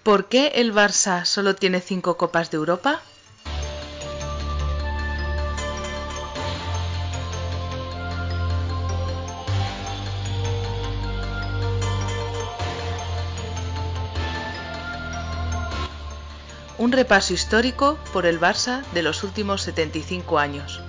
¿Por qué el Barça solo tiene 5 Copas de Europa? Un repaso histórico por el Barça de los últimos 75 años.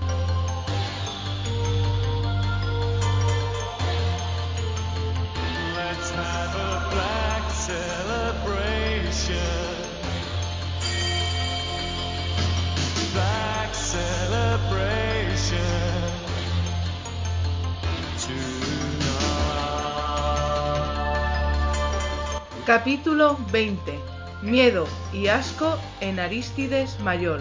Capítulo 20. Miedo y asco en Arístides Maillol.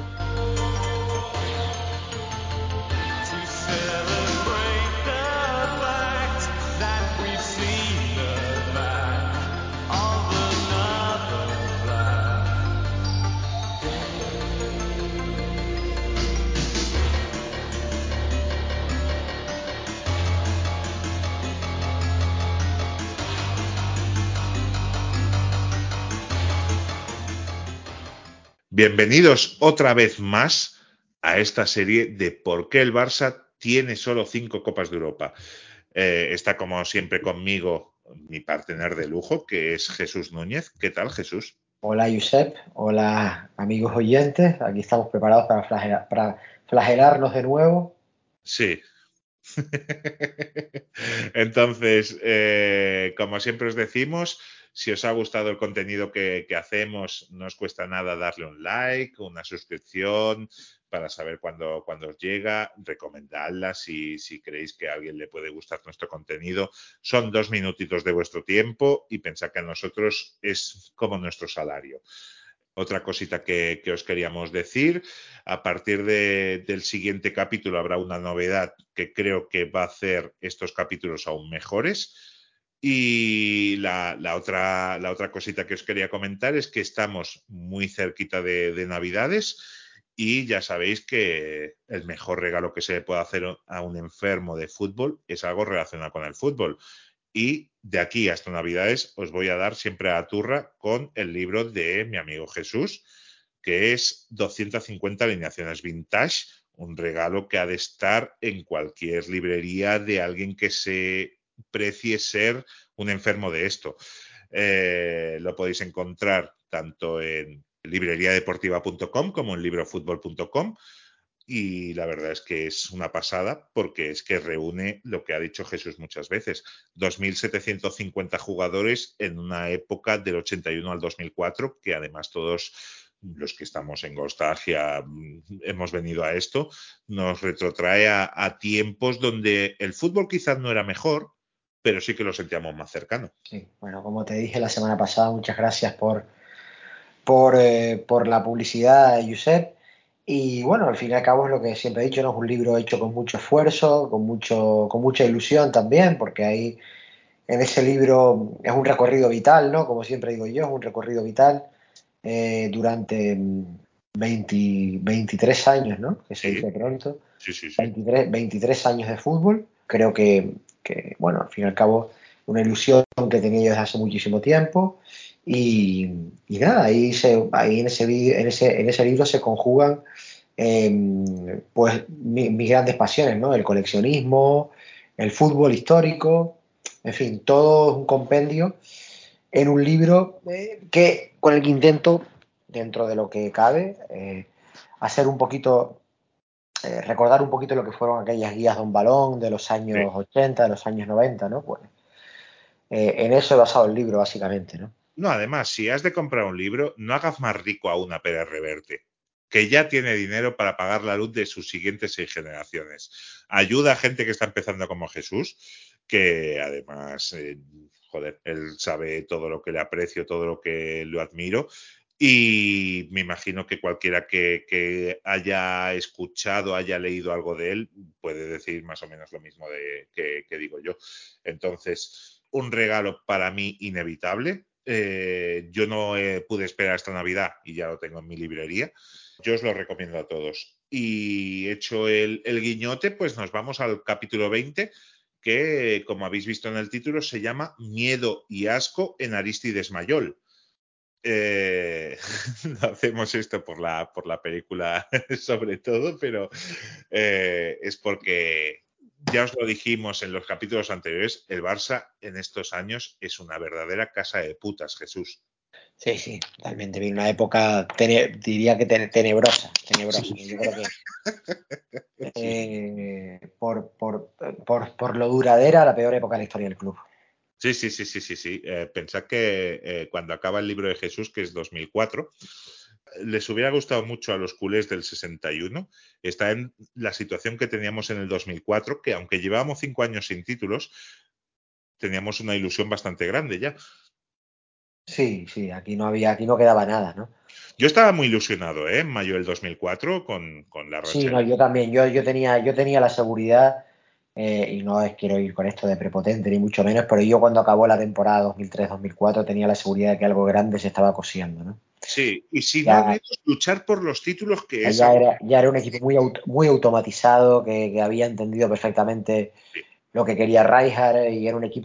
Bienvenidos otra vez más a esta serie de por qué el Barça tiene solo 5 Copas de Europa. Está como siempre conmigo mi partener de lujo, que es Jesús Núñez. ¿Qué tal, Jesús? Hola, Josep. Hola, amigos oyentes. Aquí estamos preparados para flagelarnos de nuevo. Sí. Entonces, como siempre os decimos, si os ha gustado el contenido que hacemos, no os cuesta nada darle un like, una suscripción para saber cuándo os llega, recomendadla si creéis que a alguien le puede gustar nuestro contenido. Son 2 minutitos de vuestro tiempo y pensad que a nosotros es como nuestro salario. Otra cosita que os queríamos decir, a partir del siguiente capítulo habrá una novedad que creo que va a hacer estos capítulos aún mejores. Y la otra cosita que os quería comentar es que estamos muy cerquita de Navidades y ya sabéis que el mejor regalo que se le puede hacer a un enfermo de fútbol es algo relacionado con el fútbol. Y de aquí hasta Navidades os voy a dar siempre a la turra con el libro de mi amigo Jesús, que es 250 alineaciones vintage, un regalo que ha de estar en cualquier librería de alguien que se precie ser un enfermo de esto. Lo podéis encontrar tanto en libreriadeportiva.com como en librofutbol.com. Y la verdad es que es una pasada porque es que reúne lo que ha dicho Jesús muchas veces, 2.750 jugadores en una época del 81 al 2004, que además todos los que estamos en nostalgia hemos venido a esto, nos retrotrae a tiempos donde el fútbol quizás no era mejor, pero sí que lo sentíamos más cercano. Sí, bueno, como te dije la semana pasada, muchas gracias por la publicidad, Josep. Y bueno, al fin y al cabo es lo que siempre he dicho, ¿no? Es un libro hecho con mucho esfuerzo, con mucha ilusión también, porque ahí en ese libro es un recorrido vital, ¿no? Como siempre digo yo, es un recorrido vital durante 23 años, ¿no? Que se Sí, dice pronto. sí. 23 años de fútbol. Creo bueno, al fin y al cabo, una ilusión que tenía yo desde hace muchísimo tiempo. Y nada, ahí en ese libro se conjugan pues mis grandes pasiones, ¿no? El coleccionismo, el fútbol histórico, en fin, todo un compendio en un libro con el que intento, dentro de lo que cabe, hacer un poquito, recordar un poquito lo que fueron aquellas guías de un balón de los sí. años 80, de los años 90, ¿no? Pues en eso he basado el libro, básicamente, ¿no? No, además, si has de comprar un libro, no hagas más rico a una Pérez Reverte, que ya tiene dinero para pagar la luz de sus siguientes 6 generaciones. Ayuda a gente que está empezando como Jesús, que además, joder, él sabe todo lo que le aprecio, todo lo que lo admiro. Y me imagino que cualquiera que haya escuchado, haya leído algo de él, puede decir más o menos lo mismo que digo yo. Entonces, un regalo para mí inevitable. Yo no pude esperar esta Navidad y ya lo tengo en mi librería. Yo os lo recomiendo a todos. Y hecho el guiñote, pues nos vamos al capítulo 20, que como habéis visto en el título se llama Miedo y asco en Arístides Maillol. no hacemos esto por la película sobre todo, pero es porque ya os lo dijimos en los capítulos anteriores, el Barça en estos años es una verdadera casa de putas, Jesús. Sí, sí, totalmente. Vi una época, diría que tenebrosa, tenebrosa. Sí. Yo creo que Sí. por lo duradera, la peor época de la historia del club. Sí, sí, sí, sí, sí, sí. Pensad que cuando acaba el libro de Jesús, que es 2004, les hubiera gustado mucho a los culés del 61 estar en la situación que teníamos en el 2004, que aunque llevábamos 5 años sin títulos, teníamos una ilusión bastante grande ya. Sí, sí, aquí no quedaba nada, ¿no? Yo estaba muy ilusionado, en mayo del 2004 con la Sí, racha. no, yo también, yo tenía la seguridad, y no es quiero ir con esto de prepotente ni mucho menos, pero yo cuando acabó la temporada 2003-2004 tenía la seguridad de que algo grande se estaba cosiendo, ¿no? Sí, y si no al Ya, menos luchar por los títulos, que es ya algo. era, ya era un equipo muy automatizado, que había entendido perfectamente Sí, lo que quería Rijkaard, y era un equipo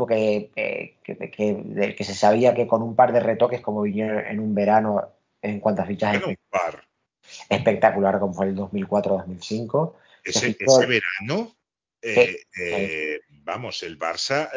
del que se sabía que con un par de retoques, como vinieron en un verano en cuanto a fichajes bueno, un par. espectacular, como fue el 2004-2005, se Ese fichó. verano, Sí, sí, vamos, el Barça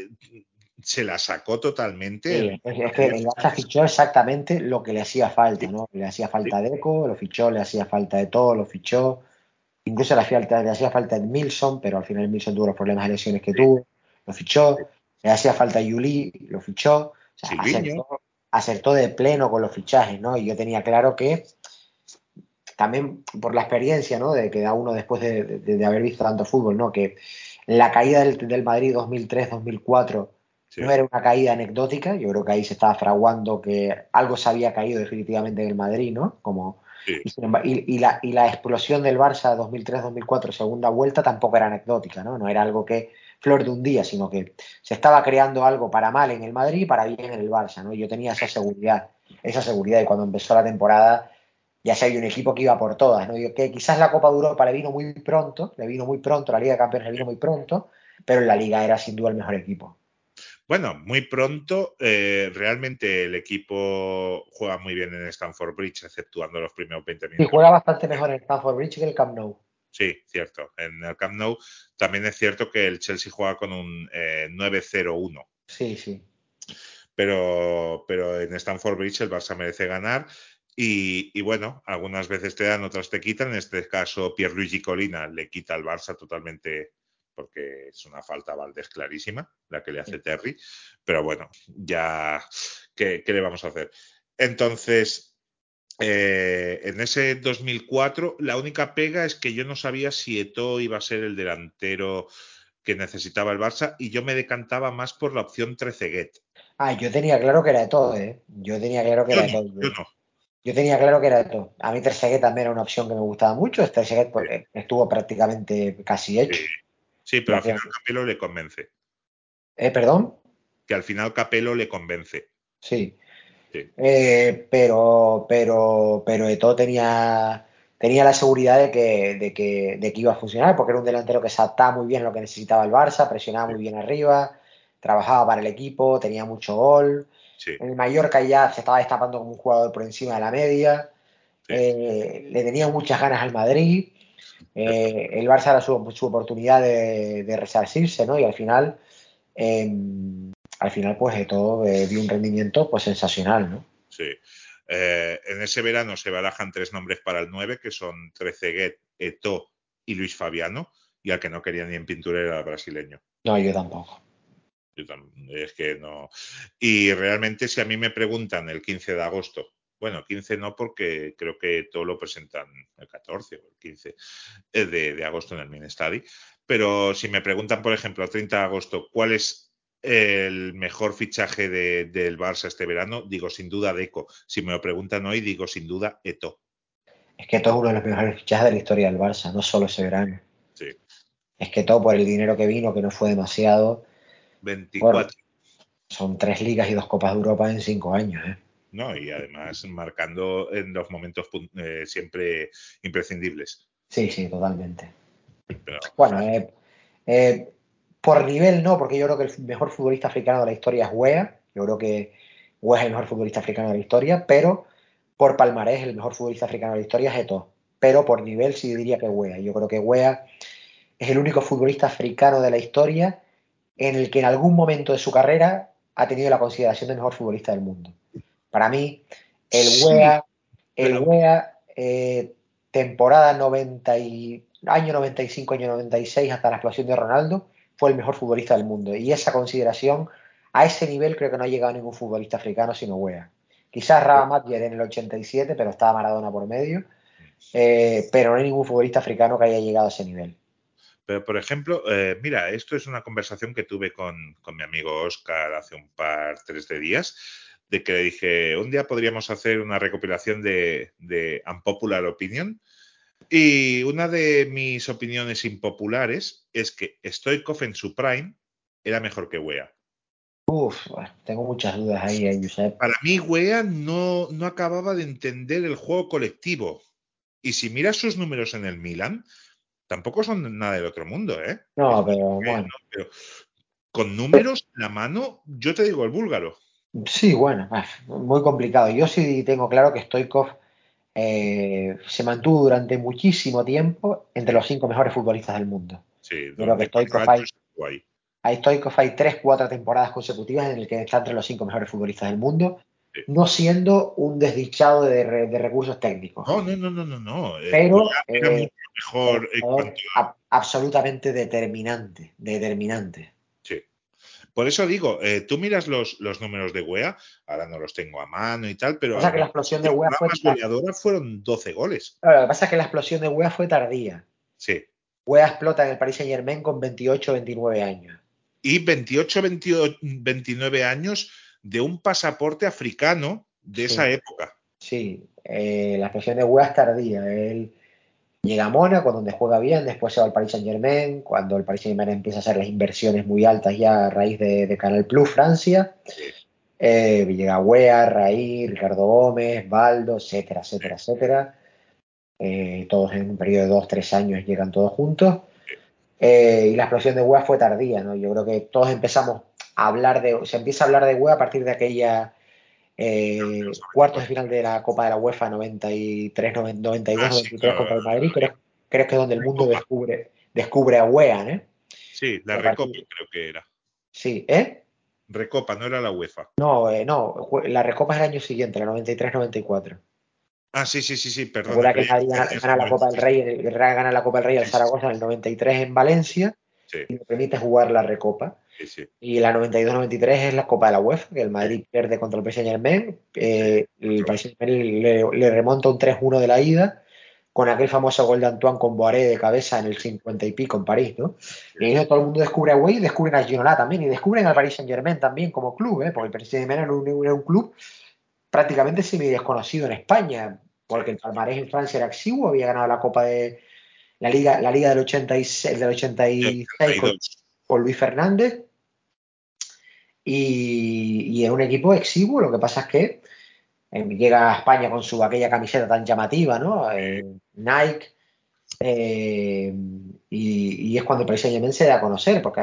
se la sacó totalmente sí, en es que medio el Barça fichajes. fichó exactamente lo que le hacía falta, Sí, ¿no? Le hacía sí, falta Deco, lo fichó, le hacía falta de todo, lo fichó. Incluso le hacía falta Milson, pero al final Milson tuvo los problemas de lesiones que sí, tuvo, lo sí. fichó. Le hacía falta Yuli, lo fichó. O sea, Silviño, acertó de pleno con los fichajes, ¿no? Y yo tenía claro que también por la experiencia, ¿no? De que da uno después de haber visto tanto fútbol, ¿no? Que la caída del Madrid 2003-2004 sí, no era una caída anecdótica. Yo creo que ahí se estaba fraguando que algo se había caído definitivamente en el Madrid, ¿no? sí. Y la explosión del Barça 2003-2004, segunda vuelta, tampoco era anecdótica, ¿no? No era algo que flor de un día, sino que se estaba creando algo para mal en el Madrid y para bien en el Barça, ¿no? Yo tenía esa seguridad, y cuando empezó la temporada ya se había un equipo que iba por todas, ¿no? Digo, que quizás la Copa de Europa le vino muy pronto, la Liga de Campeones le vino muy pronto, pero en la Liga era sin duda el mejor equipo. Bueno, muy pronto, realmente el equipo juega muy bien en Stamford Bridge, exceptuando los primeros 20 Y minutos. juega bastante mejor en Stamford Bridge que el Camp Nou. Sí, cierto. En el Camp Nou también es cierto que el Chelsea juega con un 9-0-1. Sí, sí. Pero en Stamford Bridge el Barça merece ganar y bueno, algunas veces te dan, otras te quitan. En este caso, Pierluigi Colina le quita al Barça totalmente porque es una falta a Valdés clarísima la que le hace Terry, pero bueno, ya, ¿qué le vamos a hacer? Entonces, en ese 2004, la única pega es que yo no sabía si Eto'o iba a ser el delantero que necesitaba el Barça y yo me decantaba más por la opción Trezeguet. Ah, yo tenía claro que era de todo, ¿eh? Yo tenía claro que Yo era de no, todo. yo no. Yo tenía claro que era de todo. A mí Ter Stegen también era una opción que me gustaba mucho. Ter Stegen Sí, estuvo prácticamente casi sí. hecho. Sí, Y pero al al final final, Capello le convence. ¿perdón? Que al final Capello le convence. Sí. Sí, Pero Eto'o tenía la seguridad de que iba a funcionar, porque era un delantero que se adaptaba muy bien a lo que necesitaba el Barça, presionaba sí, muy bien arriba, trabajaba para el equipo, tenía mucho gol. sí, En el Mallorca ya se estaba destapando como un jugador por encima de la media. sí, Le tenía muchas ganas al Madrid. cierto. El Barça era su oportunidad de resarcirse, ¿no? Y al final pues todo dio un rendimiento pues sensacional, ¿no? Sí. En ese verano se barajan tres nombres para el 9, que son Trezeguet, Eto'o y Luis Fabiano, y al que no quería ni en pintura era el brasileño. No, yo tampoco. Es que no. Y realmente, si a mí me preguntan el 15 de agosto, bueno, 15 no, porque creo que todo lo presentan el 14 o el 15 de agosto en el Minestadi. Pero si me preguntan, por ejemplo, el 30 de agosto, ¿cuál es el mejor fichaje del Barça este verano? Digo, sin duda, Deco. Si me lo preguntan hoy, digo, sin duda, Eto'o. Es que todo es uno de los mejores fichajes de la historia del Barça, no solo ese verano. Sí. Es que todo por el dinero que vino, que no fue demasiado. Por, 24. son 3 ligas y 2 Copas de Europa en 5 años, ¿eh? ¿No? Y además marcando en los momentos siempre imprescindibles. Sí, sí, totalmente. Pero Bueno, eh, por nivel no, porque yo creo que el mejor futbolista africano de la historia es Wea. Yo creo que Wea es el mejor futbolista africano de la historia, pero por palmarés el mejor futbolista africano de la historia es Eto'o. Pero por nivel sí diría que Wea. Yo creo que Wea es el único futbolista africano de la historia en el que en algún momento de su carrera ha tenido la consideración de mejor futbolista del mundo. Para mí, el Sí, Wea, el pero Wea temporada 90 año 95, año 96 hasta la explosión de Ronaldo, fue el mejor futbolista del mundo. Y esa consideración, a ese nivel creo que no ha llegado ningún futbolista africano sino Wea. Quizás Raba Madjer en el 87, pero estaba Maradona por medio. Pero no hay ningún futbolista africano que haya llegado a ese nivel. Pero, por ejemplo, mira, esto es una conversación que tuve con mi amigo Oscar hace tres de días, de que le dije, un día podríamos hacer una recopilación de Unpopular Opinion. Y una de mis opiniones impopulares es que Stoichkov en su prime era mejor que Wea. Bueno, tengo muchas dudas ahí, Josep. Para mí, Wea no acababa de entender el juego colectivo. Y si miras sus números en el Milan, tampoco son nada del otro mundo, ¿eh? No, pero bueno. Pero con números en la mano, yo te digo el búlgaro. Sí, bueno, muy complicado. Yo sí tengo claro que Stoichkov se mantuvo durante muchísimo tiempo entre Sí, los 5 mejores futbolistas del mundo. sí, Yo creo que durante 4 años estuvo ahí. Stoichkov hay 3, 4 temporadas consecutivas en el que está entre los 5 mejores futbolistas del mundo, Sí. no siendo un desdichado de recursos técnicos, No. pero Era mucho mejor en jugador cuanto absolutamente determinante. Sí. Por eso digo, tú miras los números de Wea, ahora no los tengo a mano y tal, pero O a sea lo que la mejor explosión su de Wea jugada más goleadora fueron 12 goles. Claro, lo que pasa es que la explosión de Wea fue tardía. Sí. Wea explota en el Paris Saint-Germain con 28 29 años. Y 29 años de un pasaporte africano de esa Sí, época. sí. La explosión de Wea es tardía. Él llega a Mónaco, donde juega bien, después se va al Paris Saint-Germain, cuando el Paris Saint-Germain empieza a hacer las inversiones muy altas ya a raíz de Canal Plus Francia. Sí, Llega Wea, Raí, Ricardo Gómez, Baldo, etcétera, etcétera, etcétera. Todos en un periodo de 2, 3 años llegan todos juntos. Y la explosión de Wea fue tardía, ¿no? Yo creo que todos empezamos a hablar se empieza a hablar de Wea a partir de aquella los cuartos de 94. final de la Copa de la UEFA 93, 92, Ah, sí, 93 claro. contra el Madrid. Creo que es donde el mundo Recopa. descubre a Wea, ¿eh? Sí, Y la a Recopa partir, creo que era. sí, ¿eh? Recopa, no era la UEFA. No, la Recopa es el año siguiente, la 93-94. Ah, sí, perdona, Recuerda que el creía Madrid que decías gana el la Copa del 93. Rey, gana la Copa del Rey al Sí, sí, Zaragoza en el 93 en Valencia sí, y le permite jugar la Recopa. sí. Y la 92-93 es la Copa de la UEFA, que el Sí, Madrid pierde contra el PSG Saint-Germain. sí, El 4-1. Paris Saint-Germain le remonta un 3-1 de la ida, con aquel famoso gol de Antoine con Boiré de cabeza en el 50 y pico en París, ¿no? Sí, Y ahí es donde todo el mundo descubre a Güey y descubren a Girona también, y descubren al Paris Saint-Germain también como club, ¿eh? Porque el Paris Saint-Germain era un club prácticamente semi desconocido en España, sí. porque el palmarés en Francia era exiguo, había ganado la Copa de la Liga del Y 86 82. con Luis Fernández, y es un equipo exiguo. Lo que pasa es que llega a España con aquella camiseta tan llamativa, ¿no? Nike, eh, y es cuando el Paris Saint-Germain se da a conocer, porque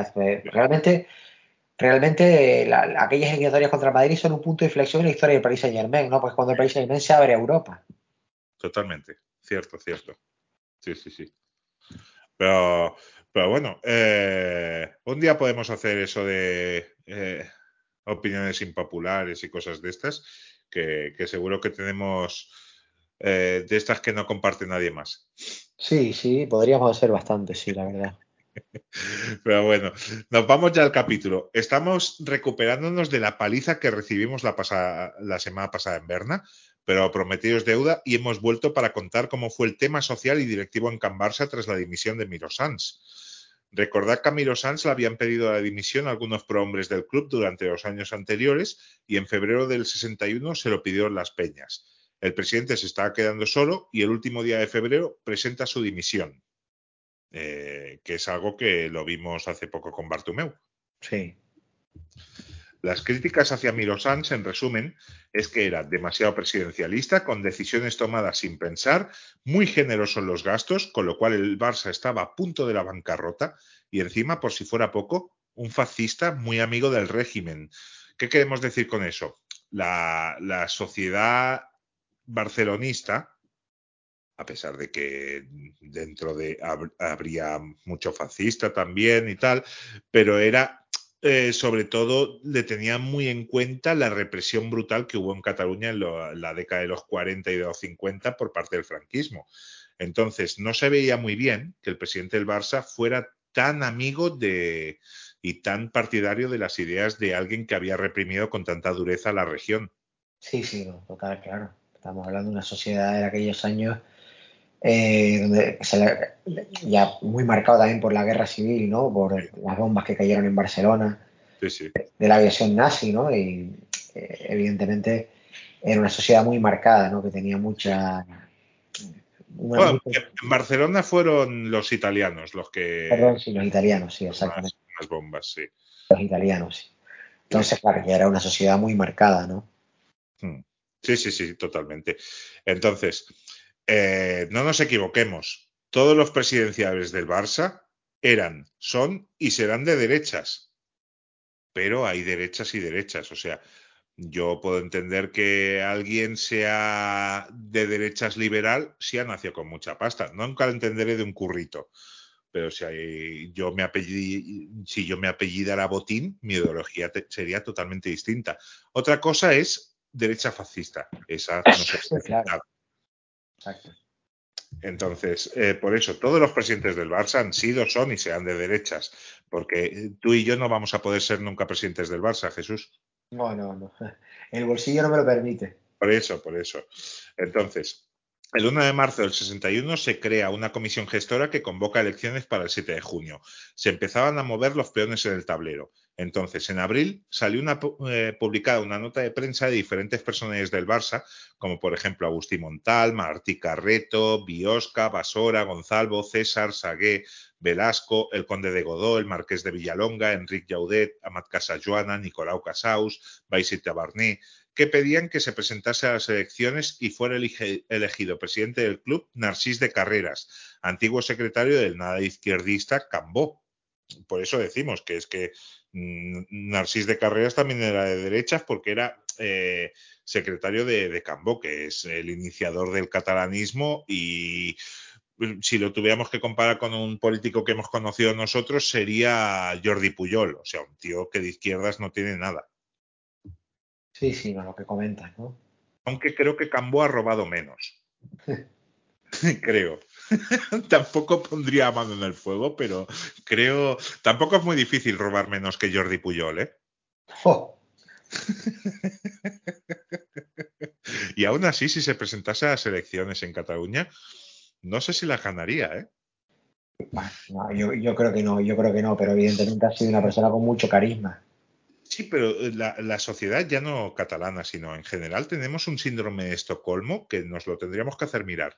realmente aquellas eliminatorias contra el Madrid son un punto de inflexión en la historia del Paris Saint-Germain, ¿no? Pues cuando el Paris Saint-Germain se abre a Europa. Totalmente. Cierto. Sí. Pero, pero bueno, un día podemos hacer eso de opiniones impopulares y cosas de estas, que seguro que tenemos de estas que no comparte nadie más. Sí, podríamos hacer bastante, sí, la verdad. Pero bueno, nos vamos ya al capítulo. Estamos recuperándonos de la paliza que recibimos la semana pasada en Berna, pero prometido es deuda y hemos vuelto para contar cómo fue el tema social y directivo en Can Barça tras la dimisión de Miro Sans. Recordad que a Miro Sans le habían pedido la dimisión algunos prohombres del club durante los años anteriores y en febrero del 61 se lo pidieron las Peñas. El presidente se estaba quedando solo y el último día de febrero presenta su dimisión. Que es algo que lo vimos hace poco con Bartomeu. Sí. Las críticas hacia Miro Sans, en resumen, es que era demasiado presidencialista, con decisiones tomadas sin pensar, muy generoso en los gastos, con lo cual el Barça estaba a punto de la bancarrota y encima, por si fuera poco, un fascista muy amigo del régimen. ¿Qué queremos decir con eso? la sociedad barcelonista, a pesar de que dentro de habría mucho fascista también y tal, pero era sobre todo le tenían muy en cuenta la represión brutal que hubo en Cataluña en la década de los 40 y de los 50 por parte del franquismo. Entonces, no se veía muy bien que el presidente del Barça fuera tan amigo de y tan partidario de las ideas de alguien que había reprimido con tanta dureza la región. Sí, sí, no, total, claro. Estamos hablando de una sociedad de aquellos años donde ya muy marcado también por la guerra civil, ¿no? Por las bombas que cayeron en Barcelona, Sí, sí. de la aviación nazi, ¿no? Y evidentemente era una sociedad muy marcada, ¿no? Que tenía mucha... Bueno, en Barcelona fueron los italianos los que Perdón, sí, los italianos, sí, exactamente. más bombas, sí. Los italianos, sí. Entonces, claro, ya era una sociedad muy marcada, ¿no? Sí, sí, sí, totalmente. Entonces, no nos equivoquemos. Todos los presidenciales del Barça eran, son y serán de derechas. Pero hay derechas y derechas. O sea, yo puedo entender que alguien sea de derechas liberal si ha nacido con mucha pasta. Nunca lo entenderé de un currito. Pero si yo me apellidara Botín, mi ideología sería totalmente distinta. Otra cosa es derecha fascista. Esa no se puede Claro, aceptar. exacto. Entonces, por eso, todos los presidentes del Barça han sido, son y sean de derechas. Porque tú y yo no vamos a poder ser nunca presidentes del Barça, Jesús. No, no, no. El bolsillo no me lo permite. Por eso, por eso. Entonces, el 1 de marzo del 61 se crea una comisión gestora que convoca elecciones para el 7 de junio. Se empezaban a mover los peones en el tablero. Entonces, en abril salió publicada una nota de prensa de diferentes personajes del Barça, como por ejemplo Agustí Montal, Martí Carreto, Biosca, Basora, Gonzalvo, César, Sagué, Velasco, el conde de Godó, el marqués de Villalonga, Enric Llaudet, Amat Casajoana, Nicolau Casaus, Baisit Tabarné, que pedían que se presentase a las elecciones y fuera elegido presidente del club Narcís de Carreras, antiguo secretario del nada izquierdista Cambó. Por eso decimos que es que Narcís de Carreras también era de derechas porque era secretario de Cambó, que es el iniciador del catalanismo y si lo tuviéramos que comparar con un político que hemos conocido nosotros sería Jordi Pujol, o sea, un tío que de izquierdas no tiene nada. Sí, sí, no, lo que comentas, ¿no? Aunque creo que Cambó ha robado menos. Creo. Tampoco pondría mano en el fuego, pero creo. Tampoco es muy difícil robar menos que Jordi Pujol, ¿eh? Oh. Y aún así, si se presentase a las elecciones en Cataluña, no sé si las ganaría, ¿eh? Bueno, no, yo creo que no, yo creo que no, pero evidentemente ha sido una persona con mucho carisma. Sí, pero la sociedad ya no catalana, sino en general tenemos un síndrome de Estocolmo que nos lo tendríamos que hacer mirar.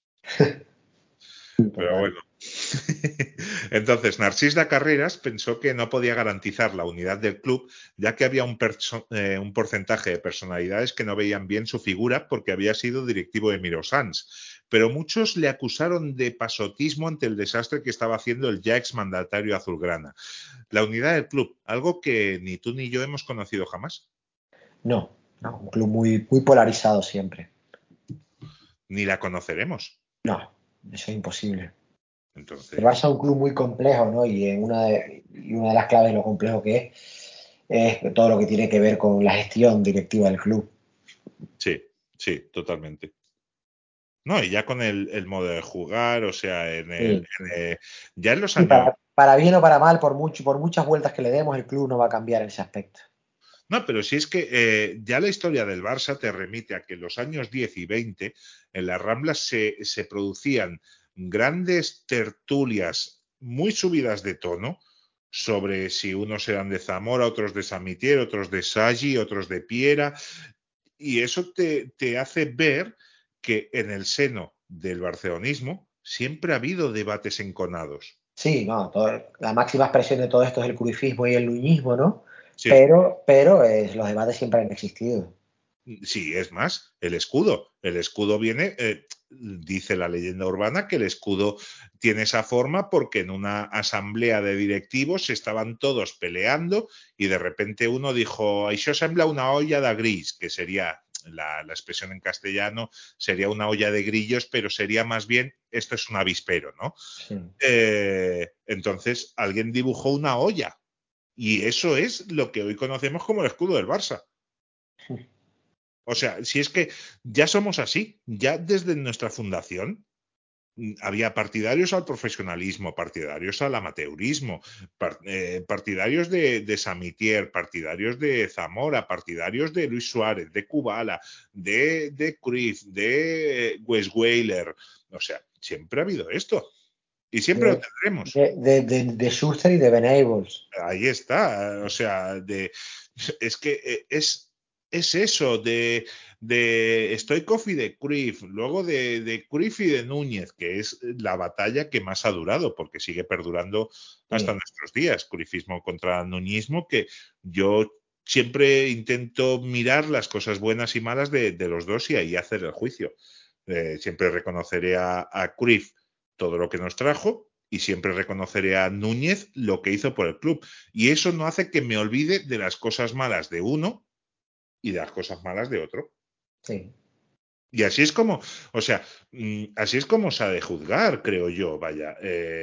Pero Total. bueno. Entonces, Narcís de Carreras pensó que no podía garantizar la unidad del club, ya que había un porcentaje de personalidades que no veían bien su figura porque había sido directivo de Mirosans. Pero muchos le acusaron de pasotismo ante el desastre que estaba haciendo el ya exmandatario azulgrana. La unidad del club, algo que ni tú ni yo hemos conocido jamás. No, no, un club muy, muy polarizado siempre. Ni la conoceremos. No, eso es imposible. El Barça Entonces, es un club muy complejo, ¿no? Y una de las claves de lo complejo que es todo lo que tiene que ver con la gestión directiva del club. sí, sí, totalmente. No, y ya con el modo de jugar, o sea, Sí, sí. ya en los Sí, años. para bien o para mal, por muchas vueltas que le demos, el club no va a cambiar en ese aspecto. No, pero si es que ya la historia del Barça te remite a que en los años 10 y 20 en las Ramblas se producían grandes tertulias muy subidas de tono sobre si unos eran de Zamora, otros de Samitier, otros de Sagi, otros de Piera, y eso te hace ver que en el seno del barcelonismo siempre ha habido debates enconados. Sí, no, la máxima expresión de todo esto es el cruifismo y el luñismo, ¿no? Sí, Pero los debates siempre han existido. sí, es más, el escudo. El escudo viene. dice la leyenda urbana que el escudo tiene esa forma porque en una asamblea de directivos estaban todos peleando y de repente uno dijo, això sembla una olla de grills, que sería la expresión en castellano, sería una olla de grillos, pero sería más bien, esto es un avispero, ¿no? Sí. Entonces alguien dibujó una olla y eso es lo que hoy conocemos como el escudo del Barça. O sea, si es que ya somos así, ya desde nuestra fundación había partidarios al profesionalismo, partidarios al amateurismo, partidarios de Samitier, partidarios de Zamora, partidarios de Luis Suárez, de Kubala, de Cruyff, de Westweiler. O sea, siempre ha habido esto y siempre lo tendremos. De Schuster y de Venables. Ahí está, o sea, es que es eso, de Stoichkov y de Cruyff, luego de Cruyff y de Núñez, que es la batalla que más ha durado, porque sigue perdurando hasta nuestros días, Cruyffismo contra Nuñismo, que yo siempre intento mirar las cosas buenas y malas de los dos y ahí hacer el juicio. Siempre reconoceré a Cruyff todo lo que nos trajo y siempre reconoceré a Núñez lo que hizo por el club. Y eso no hace que me olvide de las cosas malas de uno y de las cosas malas de otro. Sí. Y así es como, o sea, así es como se ha de juzgar, creo yo, vaya.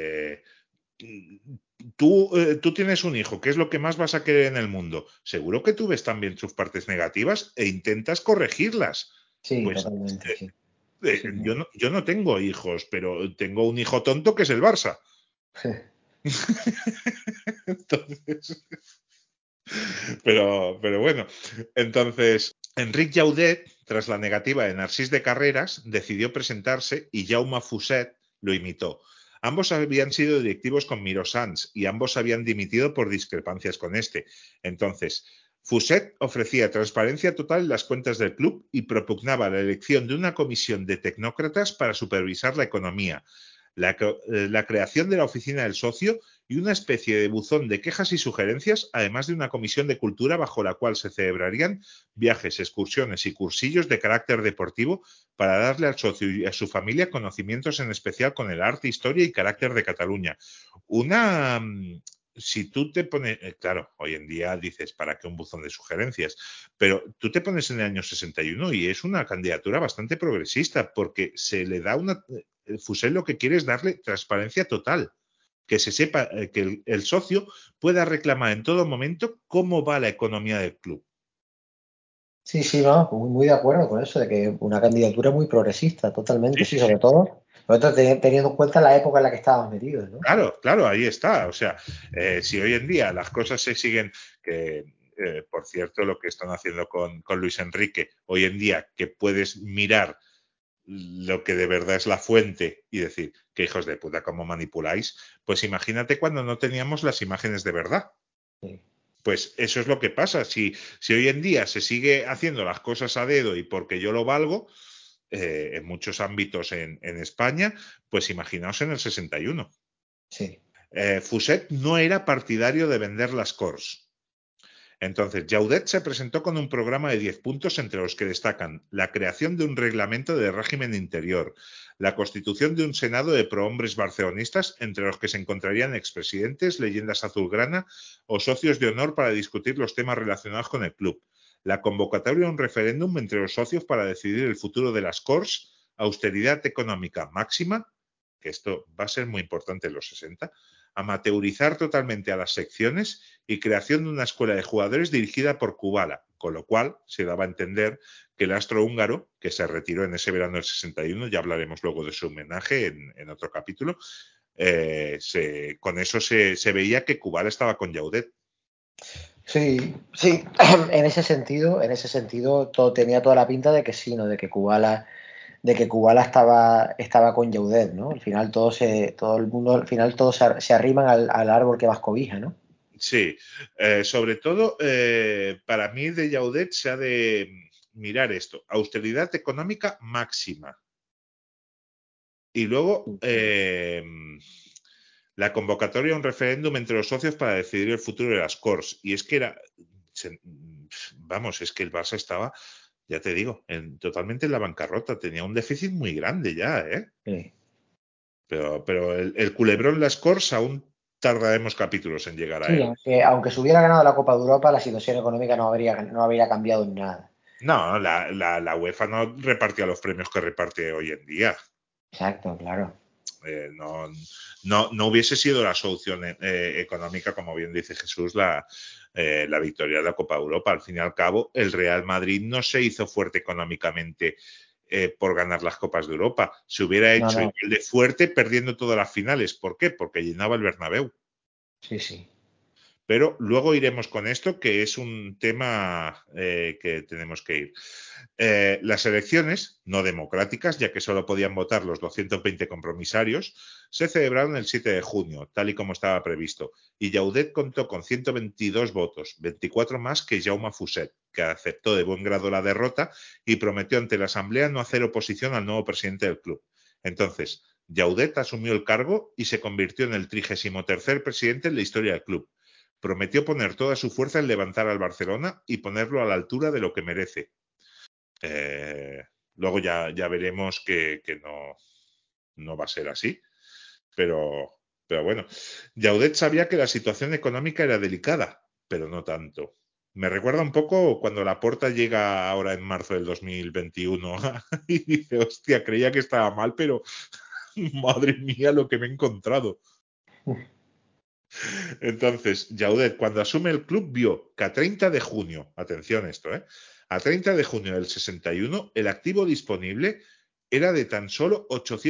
Tú tienes un hijo, ¿qué es lo que más vas a querer en el mundo? Seguro que tú ves también sus partes negativas e intentas corregirlas. Sí, Pues totalmente, sí. Sí. yo no tengo hijos, pero tengo un hijo tonto que es el Barça. Entonces, pero bueno, entonces Enric Jaudet, tras la negativa de Narcís de Carreras, decidió presentarse y Jaume Fuset lo imitó. Ambos habían sido directivos con Miró Sans y ambos habían dimitido por discrepancias con este. Entonces, Fuset ofrecía transparencia total en las cuentas del club y propugnaba la elección de una comisión de tecnócratas para supervisar la economía, la creación de la oficina del socio y una especie de buzón de quejas y sugerencias, además de una comisión de cultura bajo la cual se celebrarían viajes, excursiones y cursillos de carácter deportivo para darle al socio y a su familia conocimientos en especial con el arte, historia y carácter de Cataluña. Una... Si tú te pones, claro, hoy en día dices, ¿para qué un buzón de sugerencias? Pero tú te pones en el año 61 y es una candidatura bastante progresista porque se le da una... Fusel lo que quiere es darle transparencia total, que se sepa que el socio pueda reclamar en todo momento cómo va la economía del club. Sí, sí, no, muy de acuerdo con eso, de que una candidatura muy progresista, totalmente, Sí, sí, sí, sí. sobre todo teniendo en cuenta la época en la que estábamos metidos, ¿no? Claro, claro, ahí está. O sea, si hoy en día las cosas se siguen, que por cierto, lo que están haciendo con Luis Enrique, hoy en día que puedes mirar lo que de verdad es la fuente y decir, que hijos de puta, cómo manipuláis, pues imagínate cuando no teníamos las imágenes de verdad. Sí. Pues eso es lo que pasa. Si hoy en día se sigue haciendo las cosas a dedo y porque yo lo valgo, en muchos ámbitos en España, pues imaginaos en el 61. Sí. Fuset no era partidario de vender las Corts. Entonces, Jaudet se presentó con un programa de 10 puntos entre los que destacan la creación de un reglamento de régimen interior, la constitución de un senado de prohombres barcelonistas entre los que se encontrarían expresidentes, leyendas azulgrana o socios de honor para discutir los temas relacionados con el club, la convocatoria de un referéndum entre los socios para decidir el futuro de las Corts, austeridad económica máxima, que esto va a ser muy importante en los 60, amateurizar totalmente a las secciones y creación de una escuela de jugadores dirigida por Kubala, con lo cual se daba a entender que el astro húngaro, que se retiró en ese verano del 61, ya hablaremos luego de su homenaje en otro capítulo, con eso se veía que Kubala estaba con Jaudet. Sí, sí, en ese sentido todo tenía toda la pinta de que sí, ¿no? De que Kubala estaba con Jaudet, ¿no? Al final todo el mundo, al final todos se arriman al árbol que más cobija, ¿no? Sí, sobre todo para mí de Jaudet se ha de mirar esto, austeridad económica máxima. Y luego la convocatoria a un referéndum entre los socios para decidir el futuro de las Corts. Y es que vamos, es que el Barça estaba Ya te digo, totalmente en la bancarrota. Tenía un déficit muy grande ya, ¿eh? Sí. Pero el culebrón Las Corts aún tardaremos capítulos en llegar a Sí, él. aunque se hubiera ganado la Copa de Europa, la situación económica no habría cambiado en nada. No, la UEFA no repartía los premios que reparte hoy en día. Exacto, claro. No hubiese sido la solución económica, como bien dice Jesús, la victoria de la Copa de Europa. Al fin y al cabo, el Real Madrid no se hizo fuerte económicamente por ganar las Copas de Europa. Se hubiera hecho No. igual de fuerte perdiendo todas las finales. ¿Por qué? Porque llenaba el Bernabéu. Sí, sí. Pero luego iremos con esto, que es un tema que tenemos que ir. Las elecciones, no democráticas, ya que solo podían votar los 220 compromisarios, se celebraron el 7 de junio, tal y como estaba previsto, y Jaudet contó con 122 votos, 24 más que Jaume Fuset, que aceptó de buen grado la derrota y prometió ante la Asamblea no hacer oposición al nuevo presidente del club. Entonces, Jaudet asumió el cargo y se convirtió en el 33º presidente en la historia del club. Prometió poner toda su fuerza en levantar al Barcelona y ponerlo a la altura de lo que merece. Luego ya veremos que no va a ser así, pero bueno, Jaudet sabía que la situación económica era delicada, pero no tanto. Me recuerda un poco cuando Laporta llega ahora en marzo del 2021 y dice, hostia, creía que estaba mal, pero madre mía lo que me he encontrado. Entonces, Jaudet, cuando asume el club, vio que a 30 de junio, atención esto, a 30 de junio del 61, el activo disponible era de tan solo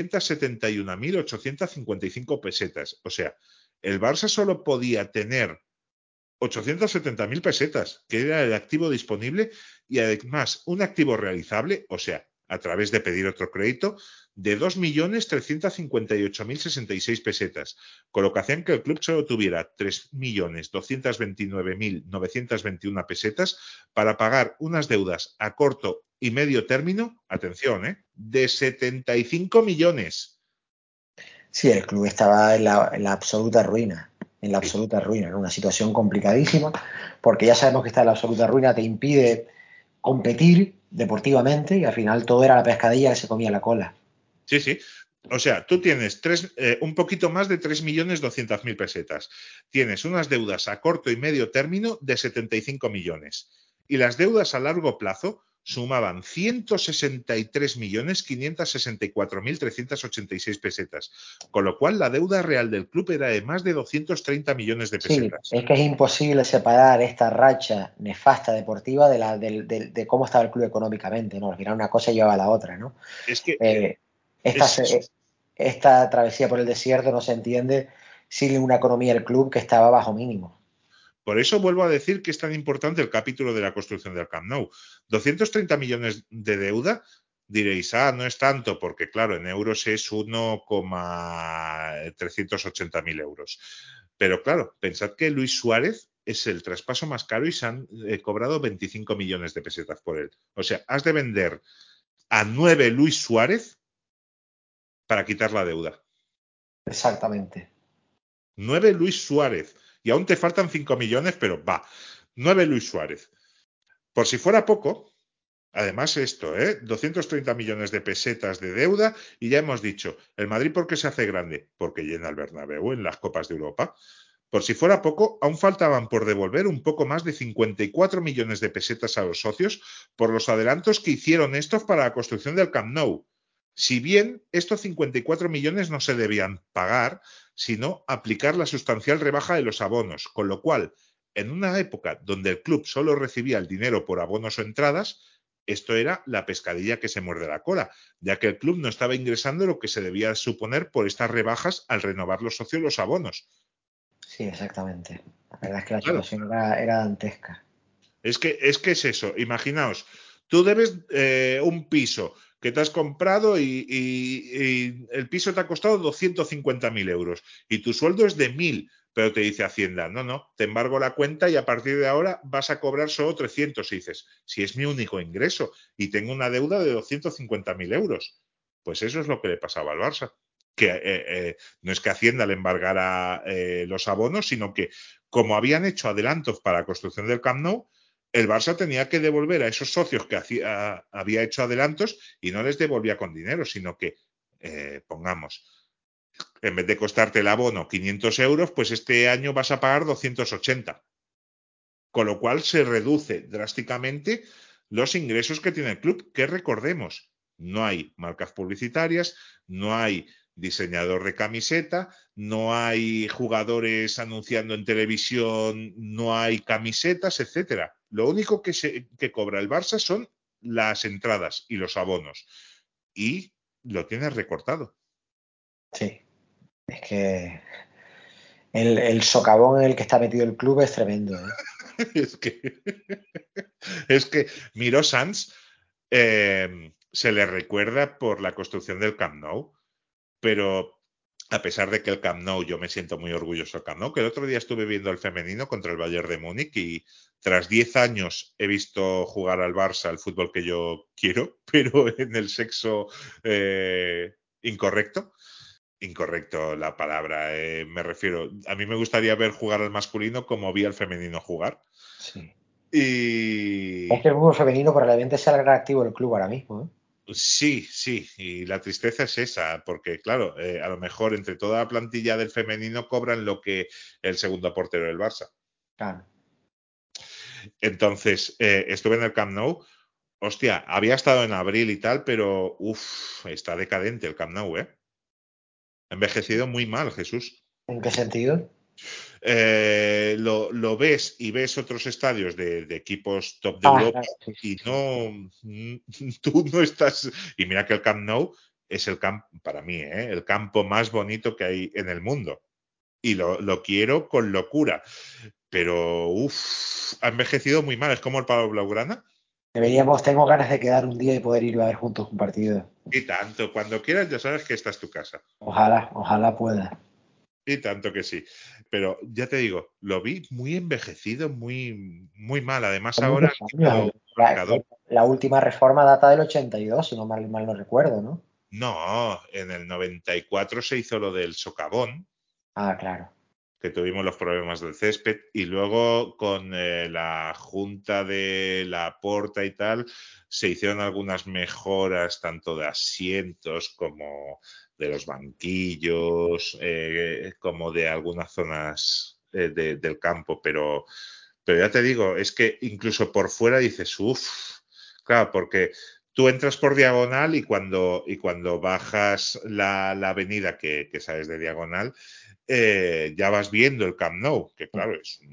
871.855 pesetas. O sea, el Barça solo podía tener 870.000 pesetas, que era el activo disponible, y además un activo realizable, o sea, a través de pedir otro crédito, de 2.358.066 pesetas, con lo que hacían que el club solo tuviera 3.229.921 pesetas para pagar unas deudas a corto y medio término, atención, de 75 millones. Sí, el club estaba en la absoluta ruina, en la absoluta ruina, en una situación complicadísima, porque ya sabemos que está en la absoluta ruina, te impide competir deportivamente y al final todo era la pescadilla que se comía la cola. Sí, sí. O sea, tú tienes un poquito más de 3.200.000 pesetas. Tienes unas deudas a corto y medio término de 75 millones. Y las deudas a largo plazo sumaban 163.564.386 pesetas. Con lo cual, la deuda real del club era de más de 230 millones de Sí, pesetas. es que es imposible separar esta racha nefasta deportiva de cómo estaba el club económicamente, ¿no? Al final una cosa llevaba a la otra, ¿no? Es que Eh, esta, es eso. se- esta travesía por el desierto no se entiende sin una economía del club que estaba bajo mínimo. Por eso vuelvo a decir que es tan importante el capítulo de la construcción del Camp Nou. 230 millones de deuda, diréis, no es tanto, porque claro, en euros es 1,380.000 euros. Pero claro, pensad que Luis Suárez es el traspaso más caro y se han cobrado 25 millones de pesetas por él. O sea, has de vender a 9 Luis Suárez para quitar la deuda. Exactamente. 9 Luis Suárez. Y aún te faltan 5 millones, pero va. 9 Luis Suárez. Por si fuera poco, además esto, 230 millones de pesetas de deuda y ya hemos dicho, ¿el Madrid por qué se hace grande? Porque llena el Bernabéu en las Copas de Europa. Por si fuera poco, aún faltaban por devolver un poco más de 54 millones de pesetas a los socios por los adelantos que hicieron estos para la construcción del Camp Nou. Si bien estos 54 millones no se debían pagar, sino aplicar la sustancial rebaja de los abonos, con lo cual, en una época donde el club solo recibía el dinero por abonos o entradas, esto era la pescadilla que se muerde la cola, ya que el club no estaba ingresando lo que se debía suponer por estas rebajas al renovar los socios los abonos. Sí, exactamente. La verdad es que la Claro, situación era dantesca. es que es eso. Imaginaos, tú debes un piso que te has comprado y el piso te ha costado 250.000 euros y tu sueldo es de 1.000, pero te dice Hacienda, no, te embargo la cuenta y a partir de ahora vas a cobrar solo 300. Y dices, si es mi único ingreso y tengo una deuda de 250.000 euros. Pues eso es lo que le pasaba al Barça. Que no es que Hacienda le embargara los abonos, sino que como habían hecho adelantos para la construcción del Camp Nou, el Barça tenía que devolver a esos socios que había hecho adelantos y no les devolvía con dinero, sino que, pongamos, en vez de costarte el abono 500 euros, pues este año vas a pagar 280. Con lo cual se reduce drásticamente los ingresos que tiene el club, que recordemos, no hay marcas publicitarias, no hay diseñador de camiseta, no hay jugadores anunciando en televisión, no hay camisetas, etcétera. Lo único que cobra el Barça son las entradas y los abonos. Y lo tienes recortado. Sí, es que el socavón en el que está metido el club es tremendo, ¿eh? es que Miro Sanz se le recuerda por la construcción del Camp Nou, pero a pesar de que el Camp Nou, yo me siento muy orgulloso del Camp Nou, que el otro día estuve viendo el femenino contra el Bayern de Múnich y tras 10 años he visto jugar al Barça el fútbol que yo quiero, pero en el sexo incorrecto. Incorrecto la palabra, me refiero. A mí me gustaría ver jugar al masculino como vi al femenino jugar. Sí. Es que Y el fútbol femenino probablemente sea el gran activo del club ahora mismo, ¿eh? sí, sí, y la tristeza es esa, porque claro, a lo mejor entre toda la plantilla del femenino cobran lo que el segundo portero del Barça. Claro. Entonces, estuve en el Camp Nou, hostia, había estado en abril y tal, pero uff, está decadente el Camp Nou, ¿eh? Ha envejecido muy mal, Jesús. ¿En qué sentido? Lo ves y ves otros estadios de equipos top de Ah, Europa claro, sí, sí, y sí. no, tú no estás, y mira que el Camp Nou es el campo, para mí, el campo más bonito que hay en el mundo y lo quiero con locura, pero uff, ha envejecido muy mal, es como el Palau Blaugrana. Tengo ganas de quedar un día y poder ir a ver juntos un partido. Y tanto, cuando quieras ya sabes que esta es tu casa. Ojalá, ojalá pueda. Y tanto que sí. Pero ya te digo, lo vi muy envejecido, muy, muy mal. Además, Son ahora muchos han años. quitado marcador. La última reforma data del 82, si no mal no recuerdo, ¿no? No, en el 94 se hizo lo del socavón, Ah, claro. que tuvimos los problemas del césped, y luego con la junta de la Porta y tal, se hicieron algunas mejoras tanto de asientos como de los banquillos, como de algunas zonas del campo, pero ya te digo, es que incluso por fuera dices, uff, claro, porque tú entras por diagonal y cuando bajas la avenida que sales de diagonal, ya vas viendo el Camp Nou, que claro,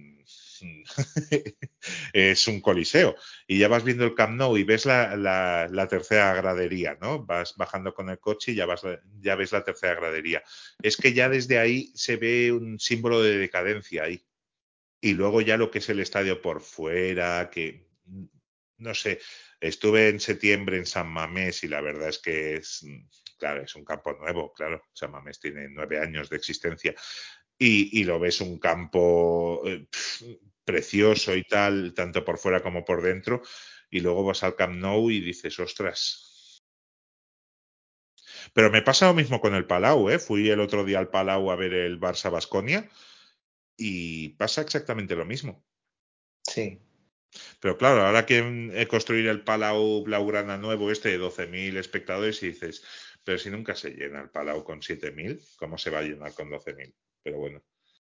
es un coliseo, y ya vas viendo el Camp Nou y ves la tercera gradería, ¿no? Vas bajando con el coche y ya ves la tercera gradería. Es que ya desde ahí se ve un símbolo de decadencia ahí. Y luego ya lo que es el estadio por fuera, que no sé, estuve en septiembre en San Mamés y la verdad es que claro, es un campo nuevo, claro. San Mamés tiene 9 años de existencia y lo ves un campo precioso y tal, tanto por fuera como por dentro, y luego vas al Camp Nou y dices, ostras. Pero me pasa lo mismo con el Palau, ¿eh? Fui el otro día al Palau a ver el Barça Baskonia y pasa exactamente lo mismo. Sí. Pero claro, ahora quieren construir el Palau Blaugrana nuevo este de 12.000 espectadores y dices, pero si nunca se llena el Palau con 7.000, ¿cómo se va a llenar con 12.000? Pero bueno,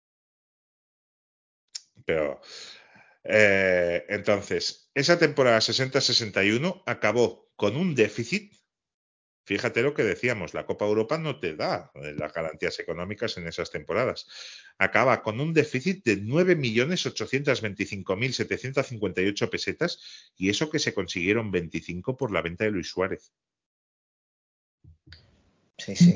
pero entonces, esa temporada 60-61 acabó con un déficit. Fíjate lo que decíamos, la Copa Europa no te da las garantías económicas en esas temporadas. Acaba con un déficit de 9.825.758 pesetas y eso que se consiguieron 25 por la venta de Luis Suárez. Sí, sí.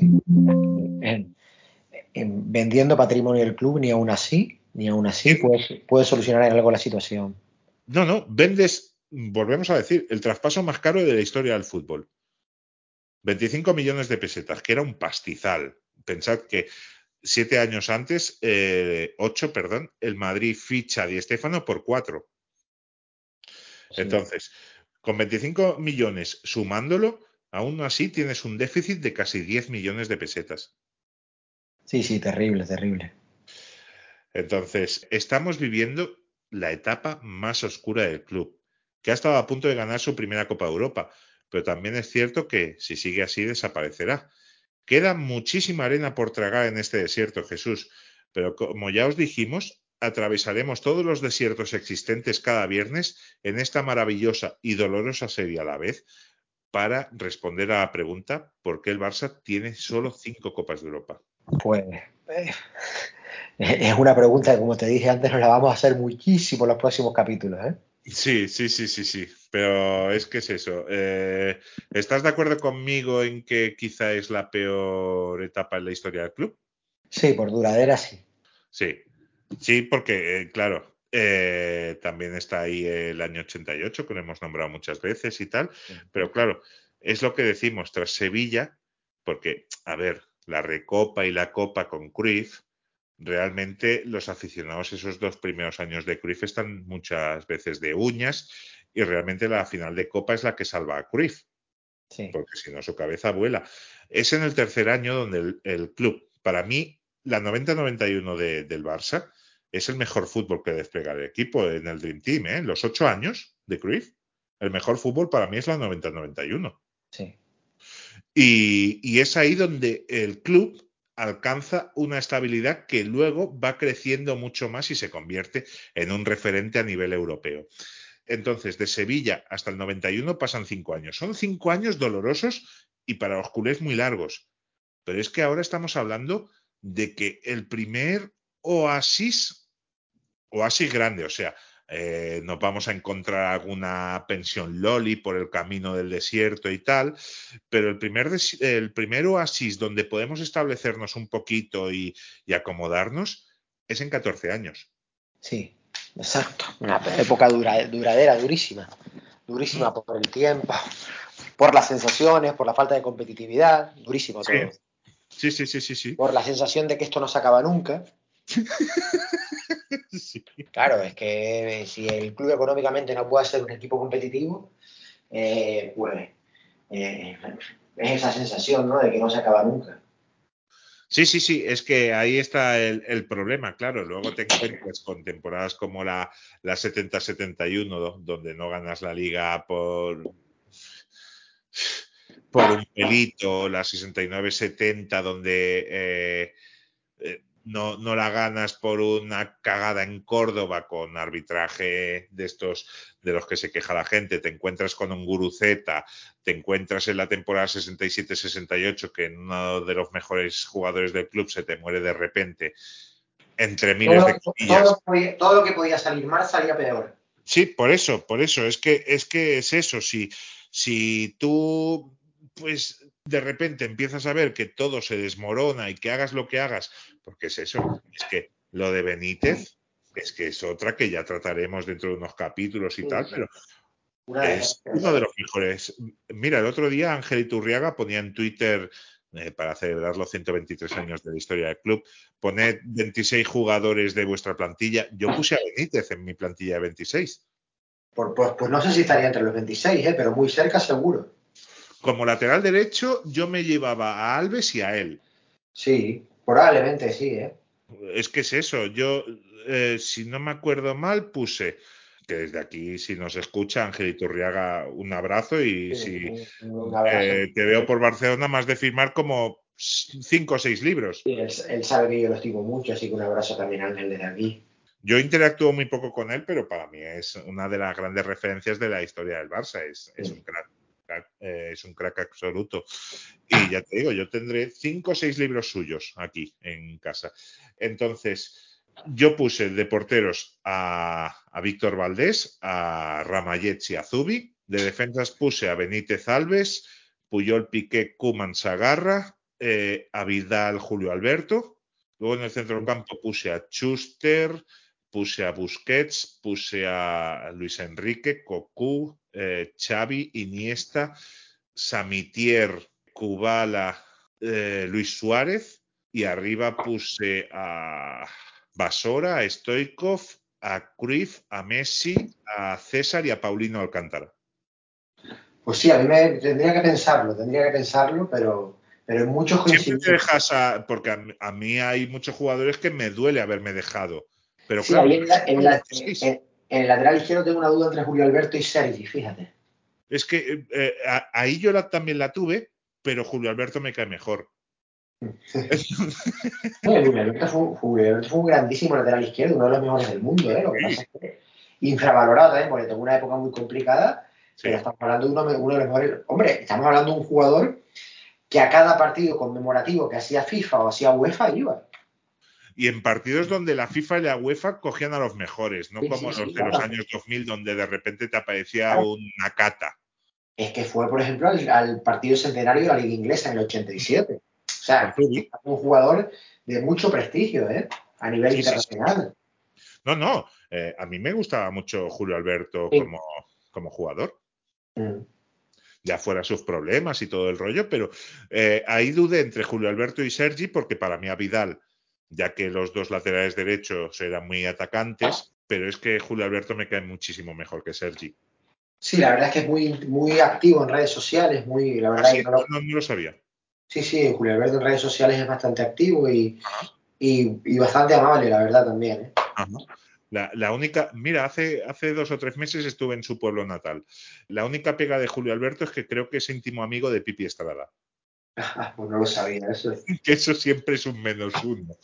Vendiendo patrimonio del club, ni aún así puede solucionar en algo la situación. No, no, vendes, volvemos a decir, el traspaso más caro de la historia del fútbol. 25 millones de pesetas, que era un pastizal. Pensad que 7 años antes, 8, perdón, el Madrid ficha a Di Stéfano por 4. Sí, Entonces, con 25 millones sumándolo, aún así tienes un déficit de casi 10 millones de pesetas. sí, sí, terrible, terrible. Entonces, estamos viviendo la etapa más oscura del club, que ha estado a punto de ganar su primera Copa de Europa, pero también es cierto que si sigue así desaparecerá. Queda muchísima arena por tragar en este desierto, Jesús, pero como ya os dijimos, atravesaremos todos los desiertos existentes cada viernes en esta maravillosa y dolorosa serie a la vez para responder a la pregunta ¿por qué el Barça tiene solo 5 Copas de Europa? Pues es una pregunta que, como te dije antes, nos la vamos a hacer muchísimo en los próximos capítulos, ¿eh? Sí, pero es que es eso. ¿Estás de acuerdo conmigo en que quizá es la peor etapa en la historia del club? Sí, por duradera sí. Sí, porque, claro, también está ahí el año 88, que lo hemos nombrado muchas veces y tal, pero claro, es lo que decimos tras Sevilla, porque, a ver, la Recopa y la Copa con Cruyff, realmente los aficionados esos 2 primeros años de Cruyff están muchas veces de uñas y realmente la final de Copa es la que salva a Cruyff, Sí. porque si no su cabeza vuela. Es en el tercer año donde el club, para mí, la 90-91 del Barça es el mejor fútbol que desplega el equipo en el Dream Team, ¿eh? En los 8 años de Cruyff, el mejor fútbol para mí es la 90-91. Sí. Y es ahí donde el club alcanza una estabilidad que luego va creciendo mucho más y se convierte en un referente a nivel europeo. Entonces, de Sevilla hasta el 91 pasan 5 años. Son 5 años dolorosos y para los culés muy largos. Pero es que ahora estamos hablando de que el primer oasis grande, o sea, nos vamos a encontrar alguna pensión Loli por el camino del desierto y tal, pero el primer oasis donde podemos establecernos un poquito y acomodarnos es en 14 años. Sí, exacto. Una época duradera, durísima. Durísima por el tiempo, por las sensaciones, por la falta de competitividad. Durísimo todo. Sí. Por la sensación de que esto no se acaba nunca. Sí. Claro, es que si el club económicamente no puede ser un equipo competitivo, pues es esa sensación, ¿no?, de que no se acaba nunca. Sí, es que ahí está el problema, claro. Luego te encuentras con temporadas como la 70-71, donde no ganas la liga por un pelito, la 69-70, donde no la ganas por una cagada en Córdoba con arbitraje de estos de los que se queja la gente, te encuentras con un Guruceta, te encuentras en la temporada 67-68 que uno de los mejores jugadores del club se te muere de repente entre miles de comillas. Todo lo que podía salir mal salía peor. Sí, por eso, es que es eso, si tú pues de repente empiezas a ver que todo se desmorona y que hagas lo que hagas, porque es eso, es que lo de Benítez es que es otra que ya trataremos dentro de unos capítulos y Sí, tal, sí. pero Una es uno de los mejores. Mira, el otro día Ángel Iturriaga ponía en Twitter, para celebrar los 123 años de la historia del club, poned 26 jugadores de vuestra plantilla. Yo puse a Benítez en mi plantilla de 26. Pues no sé si estaría entre los 26, pero muy cerca seguro. Como lateral derecho, yo me llevaba a Alves y a él. Sí, probablemente sí, ¿eh? Es que es eso. Yo, si no me acuerdo mal, puse que desde aquí, si nos escucha, Ángel Iturriaga, un abrazo y Sí, si un abrazo. te veo por Barcelona, más de firmar como 5 o 6 libros. Sí, él sabe que yo lo estimo mucho, así que un abrazo también a Ángel desde aquí. Yo interactúo muy poco con él, pero para mí es una de las grandes referencias de la historia del Barça. Es un crack. Es un crack absoluto. Y ya te digo, yo tendré 5 o 6 libros suyos aquí en casa. Entonces, yo puse de porteros a Víctor Valdés, a Ramallets y a Zubi. De defensas puse a Benítez Alves, Puyol, Piqué, Koeman, Sagarra, a Vidal, Julio Alberto. Luego en el centro del campo puse a Schuster, puse a Busquets, puse a Luis Enrique, Cocu, Xavi, Iniesta, Samitier, Kubala, Luis Suárez, y arriba puse a Basora, a Stoikov, a Cruyff, a Messi, a César y a Paulino Alcántara. Pues sí, a mí me tendría que pensarlo, pero en muchos Siempre te coincidimos. dejas porque a mí hay muchos jugadores que me duele haberme dejado. Pero Sí, claro, ahí sí. en el lateral izquierdo tengo una duda entre Julio Alberto y Sergi, fíjate. Es que ahí yo también la tuve, pero Julio Alberto me cae mejor. Julio Alberto fue un grandísimo lateral izquierdo, uno de los mejores del mundo, ¿eh? Lo que Sí, pasa es que infravalorado también, porque tuvo una época muy complicada, pero sí. estamos hablando de uno de los mejores. Hombre, estamos hablando de un jugador que a cada partido conmemorativo que hacía FIFA o hacía UEFA iba. Y en partidos donde la FIFA y la UEFA cogían a los mejores, no Sí, como sí, los sí, de los claro. años 2000, donde de repente te aparecía Claro. un Nakata. Es que fue, por ejemplo, al partido centenario de la Liga Inglesa en el 87. O Con sea, Zubik. un jugador de mucho prestigio, ¿eh? A nivel Sí, sí, sí. internacional. No. A mí me gustaba mucho Julio Alberto Sí. como jugador. Mm. Ya fuera sus problemas y todo el rollo, pero ahí dudé entre Julio Alberto y Sergi, porque para mí a Vidal, ya que los dos laterales derechos eran muy atacantes, pero es que Julio Alberto me cae muchísimo mejor que Sergi. Sí, la verdad es que es muy activo en redes sociales, la ¿Ah, verdad sí? que no lo. No lo sabía. Sí, sí, Julio Alberto en redes sociales es bastante activo Ajá, y bastante amable, la verdad, también, ¿eh? ajá. La única, mira, hace 2 o 3 meses estuve en su pueblo natal. La única pega de Julio Alberto es que creo que es íntimo amigo de Pipi Estrada. Pues no lo sabía, eso. Que eso siempre es un -1.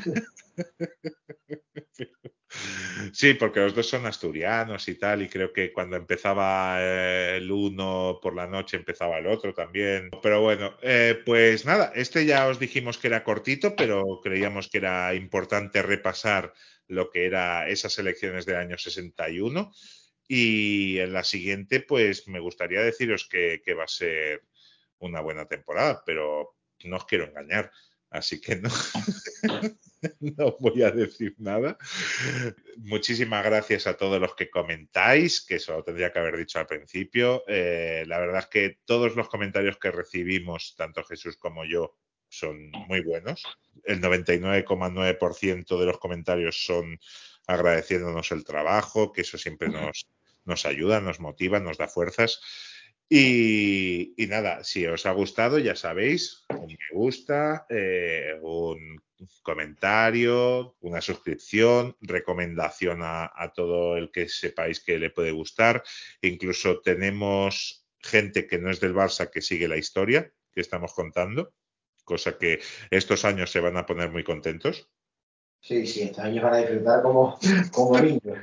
Sí, porque los dos son asturianos y tal, y creo que cuando empezaba el uno por la noche empezaba el otro también. Pero bueno, pues nada, este ya os dijimos que era cortito, pero creíamos que era importante repasar lo que era esas elecciones del año 61. Y en la siguiente, pues me gustaría deciros que va a ser una buena temporada, pero no os quiero engañar. Así que no, no voy a decir nada. Muchísimas gracias a todos los que comentáis, que eso lo tendría que haber dicho al principio. La verdad es que todos los comentarios que recibimos, tanto Jesús como yo, son muy buenos. El 99,9% de los comentarios son agradeciéndonos el trabajo, que eso siempre nos ayuda, nos motiva, nos da fuerzas. Y nada, si os ha gustado, ya sabéis, un me gusta, un comentario, una suscripción, recomendación a todo el que sepáis que le puede gustar. Incluso tenemos gente que no es del Barça que sigue la historia que estamos contando, cosa que estos años se van a poner muy contentos. Sí, sí, estos años van a disfrutar como niños.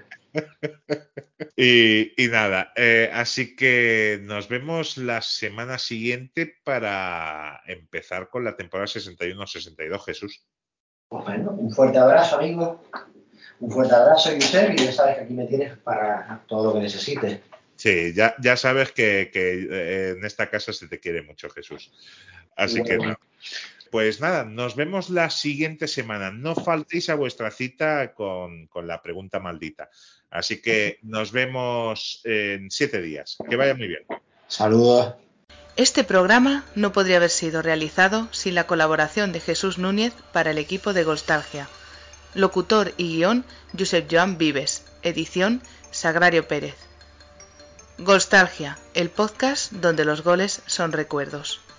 Y nada, así que nos vemos la semana siguiente para empezar con la temporada 61-62, Jesús. Pues bueno, un fuerte abrazo, amigos. Un fuerte abrazo, Josep, y ya sabes que aquí me tienes para todo lo que necesites. Sí, ya sabes que en esta casa se te quiere mucho, Jesús. Así que nada. Pues nada, nos vemos la siguiente semana. No faltéis a vuestra cita con la pregunta maldita. Así que nos vemos en 7 días. Que vaya muy bien. Saludos. Este programa no podría haber sido realizado sin la colaboración de Jesús Núñez para el equipo de Golstalgia. Locutor y guión, Josep Joan Vives. Edición, Sagrario Pérez. Golstalgia, el podcast donde los goles son recuerdos.